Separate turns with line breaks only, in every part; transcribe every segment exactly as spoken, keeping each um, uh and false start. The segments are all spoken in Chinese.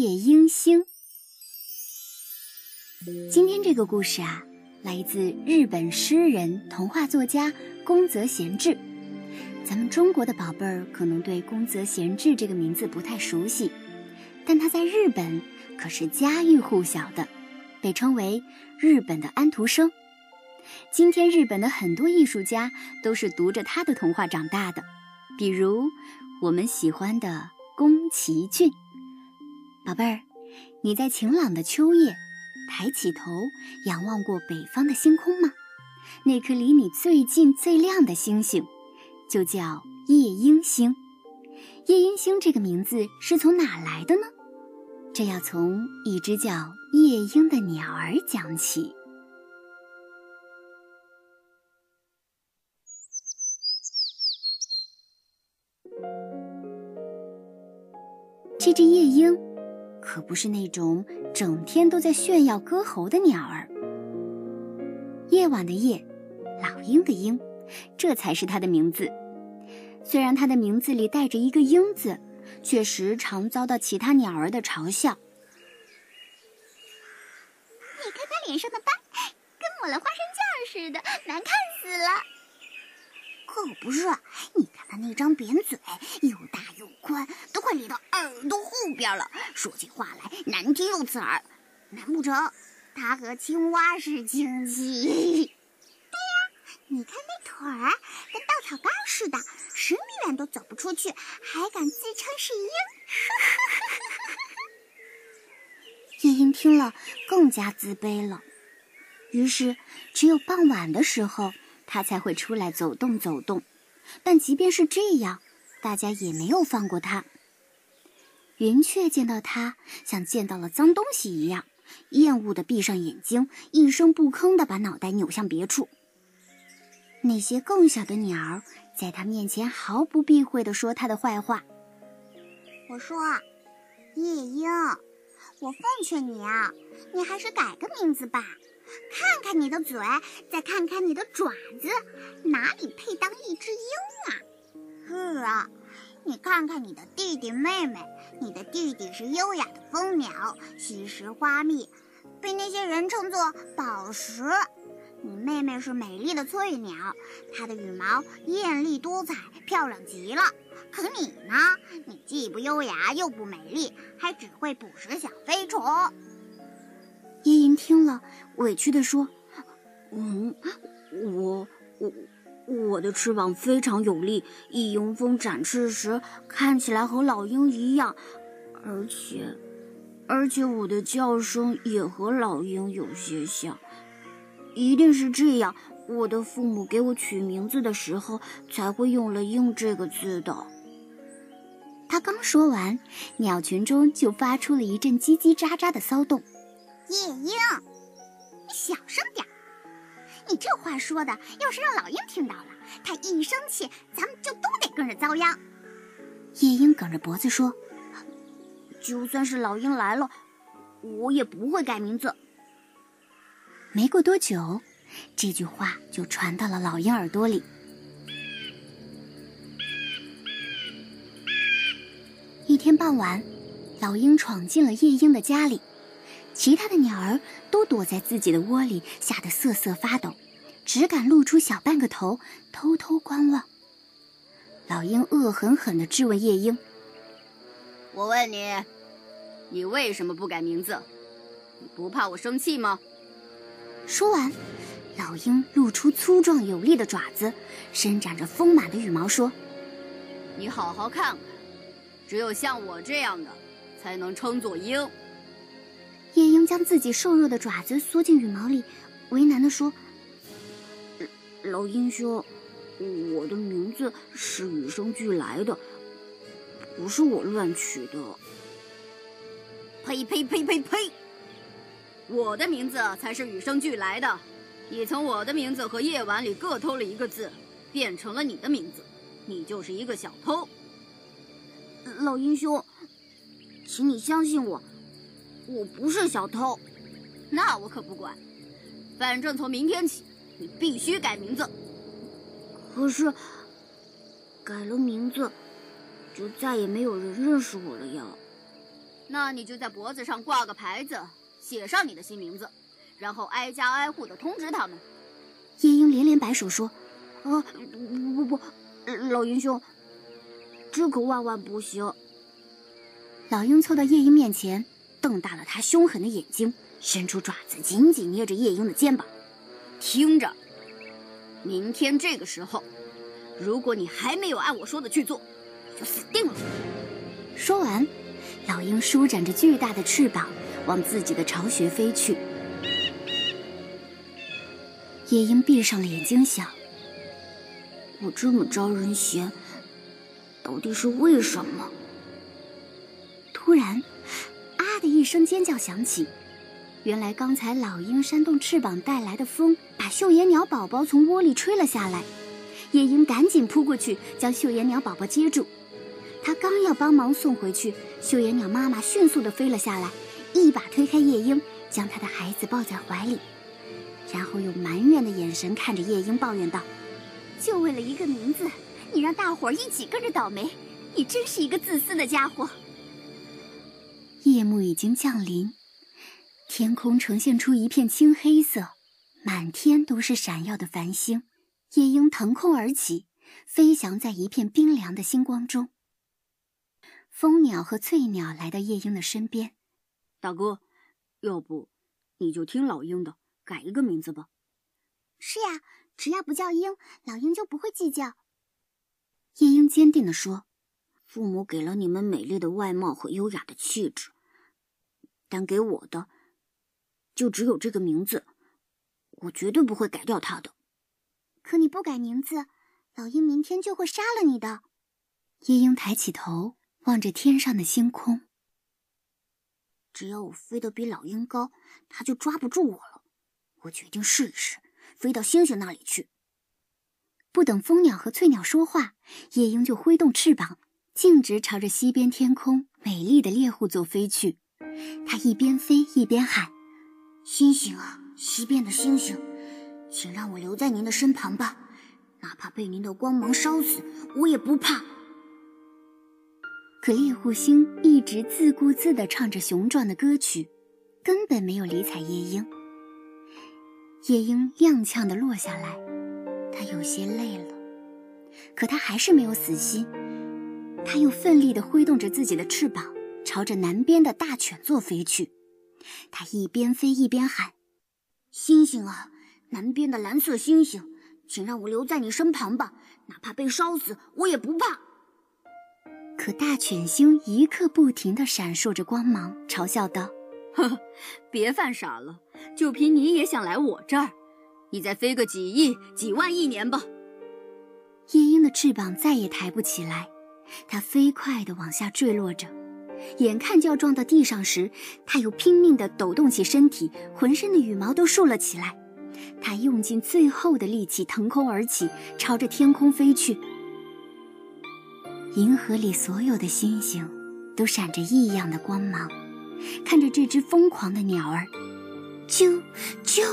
夜莺星。今天这个故事啊，来自日本诗人、童话作家宫泽贤治。咱们中国的宝贝儿可能对宫泽贤治这个名字不太熟悉，但他在日本可是家喻户晓的，被称为日本的安徒生。今天日本的很多艺术家都是读着他的童话长大的，比如我们喜欢的宫崎骏。宝贝儿，你在晴朗的秋夜抬起头仰望过北方的星空吗？那颗离你最近最亮的星星就叫夜莺星。夜莺星这个名字是从哪来的呢？这要从一只叫夜莺的鸟儿讲起。这只夜莺可不是那种整天都在炫耀歌喉的鸟儿。夜晚的夜，老鹰的鹰，这才是它的名字。虽然它的名字里带着一个鹰字，却时常遭到其他鸟儿的嘲笑。
你看它脸上的斑，跟抹了花生酱似的，难看死了。可不是，你看它那张扁嘴，又大又宽，都快咧到耳朵后边了，说起话来难听又刺耳。难不成它和青蛙是亲戚？对呀，你看那腿儿跟稻草杆似的，十米远都走不出去，还敢自称是
鹰。夜莺听了更加自卑了，于是只有傍晚的时候他才会出来走动走动，但即便是这样，大家也没有放过他。云雀见到他像见到了脏东西一样，厌恶地闭上眼睛，一声不吭地把脑袋扭向别处。那些更小的鸟儿在他面前毫不避讳地说他的坏话。
我说，夜莺，我奉劝你啊，你还是改个名字吧。看看你的嘴，再看看你的爪子，哪里配当一只鹰啊？是啊，你看看你的弟弟妹妹，你的弟弟是优雅的蜂鸟，吸食花蜜，被那些人称作宝石。你妹妹是美丽的翠鸟，她的羽毛艳丽多彩，漂亮极了。可你呢？你既不优雅又不美丽，还只会捕食小飞虫。
夜莺听了，委屈地说：嗯，我我我的翅膀非常有力，一迎风展翅时看起来和老鹰一样，而且而且我的叫声也和老鹰有些像。一定是这样，我的父母给我取名字的时候才会用了鹰这个字的。他刚说完，鸟群中就发出了一阵叽叽喳喳的骚动。
夜莺，你小声点，你这话说的要是让老鹰听到了，他一生气咱们就都得跟着遭殃。
夜莺梗着脖子说，就算是老鹰来了，我也不会改名字。没过多久，这句话就传到了老鹰耳朵里。一天傍晚，老鹰闯进了夜莺的家里，其他的鸟儿都躲在自己的窝里，吓得瑟瑟发抖，只敢露出小半个头，偷偷观望。老鹰恶狠狠地质问夜莺：
我问你，你为什么不改名字？你不怕我生气吗？
说完，老鹰露出粗壮有力的爪子，伸展着丰满的羽毛说：
你好好看看，只有像我这样的才能称作鹰。
夜莺将自己瘦弱的爪子缩进羽毛里，为难地说：老鹰兄，我的名字是与生俱来的，不是我乱取的。
呸呸呸呸呸！我的名字才是与生俱来的，你从我的名字和夜晚里各偷了一个字，变成了你的名字，你就是一个小偷。
老鹰兄，请你相信我，我不是小偷。
那我可不管，反正从明天起，你必须改名字。
可是，改了名字，就再也没有人认识我了呀。
那你就在脖子上挂个牌子，写上你的新名字，然后挨家挨户的通知他们。
夜莺连连摆手说：“
啊，不不不，老鹰兄，这可万万不行。”
老鹰凑到夜莺面前，瞪大了他凶狠的眼睛，伸出爪子紧紧捏着夜莺的肩膀。
听着，明天这个时候，如果你还没有按我说的去做，你就死定了。
说完，老鹰舒展着巨大的翅膀，往自己的巢穴飞去。夜莺闭上了眼睛，想：
我这么招人嫌，到底是为什么？
突然，啊的一声尖叫响起。原来刚才老鹰扇动翅膀带来的风，把绣眼鸟宝宝从窝里吹了下来。夜莺赶紧扑过去，将绣眼鸟宝宝接住。他刚要帮忙送回去，绣眼鸟妈妈迅速地飞了下来，一把推开夜莺，将他的孩子抱在怀里，然后用埋怨的眼神看着夜莺，抱怨道：“
就为了一个名字，你让大伙儿一起跟着倒霉，你真是一个自私的家伙。”
夜幕已经降临，天空呈现出一片青黑色，满天都是闪耀的繁星。夜莺腾空而起，飞翔在一片冰凉的星光中。蜂鸟和翠鸟来到夜莺的身边：“
大哥，要不你就听老鹰的，改一个名字吧。”“
是呀，只要不叫鹰，老鹰就不会计较。”
夜莺坚定地说：“
父母给了你们美丽的外貌和优雅的气质，但给我的就只有这个名字，我绝对不会改掉它的。”“可你不改名字，老鹰明天就会杀了你的。”
夜莺抬起头，望着天上的星空。
“只要我飞得比老鹰高，它就抓不住我了。我决定试一试，飞到星星那里去。”
不等蜂鸟和翠鸟说话，夜莺就挥动翅膀，径直朝着西边天空美丽的猎户座飞去。它一边飞一边喊：“
星星啊，西边的星星，请让我留在您的身旁吧，哪怕被您的光芒烧死，我也不怕。”
可猎户星一直自顾自地唱着雄壮的歌曲，根本没有理睬夜莺。夜莺踉跄地落下来，他有些累了，可他还是没有死心。他又奋力地挥动着自己的翅膀，朝着南边的大犬座飞去。他一边飞一边喊：“
星星啊，南边的蓝色星星，请让我留在你身旁吧，哪怕被烧死，我也不怕。”
可大犬星一刻不停地闪烁着光芒，嘲笑道：“
呵呵，别犯傻了，就凭你也想来我这儿？你再飞个几亿、几万亿年吧。”
夜莺的翅膀再也抬不起来，它飞快地往下坠落着。眼看就要撞到地上时，它又拼命地抖动起身体，浑身的羽毛都竖了起来。它用尽最后的力气腾空而起，朝着天空飞去。银河里所有的星星都闪着异样的光芒，看着这只疯狂的鸟儿，啾啾！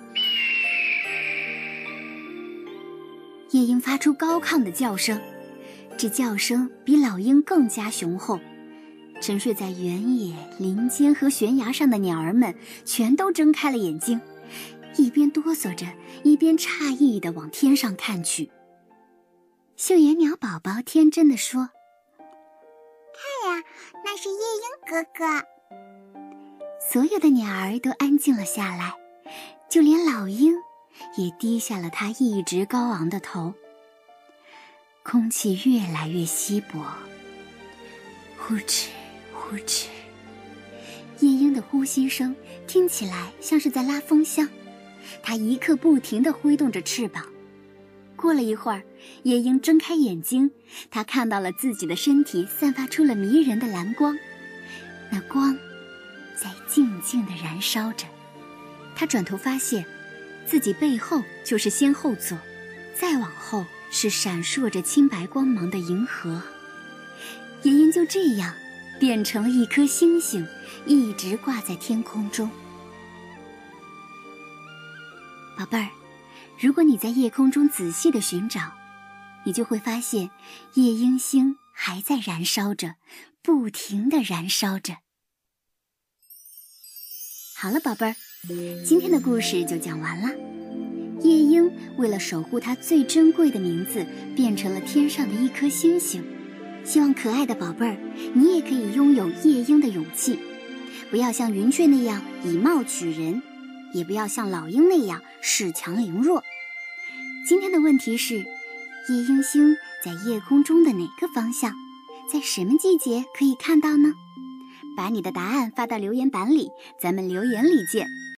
夜莺发出高亢的叫声，这叫声比老鹰更加雄厚。沉睡在原野、林间和悬崖上的鸟儿们全都睁开了眼睛，一边哆嗦着，一边诧异地往天上看去。绣眼鸟宝宝天真地说：“
看呀，那是夜莺哥哥。”
所有的鸟儿都安静了下来，就连老鹰也低下了它一直高昂的头。空气越来越稀薄，呼哧呼哧，夜莺的呼吸声听起来像是在拉风箱。它一刻不停地挥动着翅膀。过了一会儿，夜莺睁开眼睛，它看到了自己的身体散发出了迷人的蓝光，那光在静静地燃烧着。它转头发现，自己背后就是仙后座，再往后是闪烁着青白光芒的银河。夜莺就这样变成了一颗星星，一直挂在天空中。宝贝儿，如果你在夜空中仔细地寻找，你就会发现夜莺星还在燃烧着，不停地燃烧着。 好了，宝贝儿，今天的故事就讲完了。夜莺为了守护它最珍贵的名字，变成了天上的一颗星星。希望可爱的宝贝儿，你也可以拥有夜莺的勇气，不要像云雀那样以貌取人，也不要像老鹰那样恃强凌弱。今天的问题是，夜莺星在夜空中的哪个方向，在什么季节可以看到呢？把你的答案发到留言板里，咱们留言里见。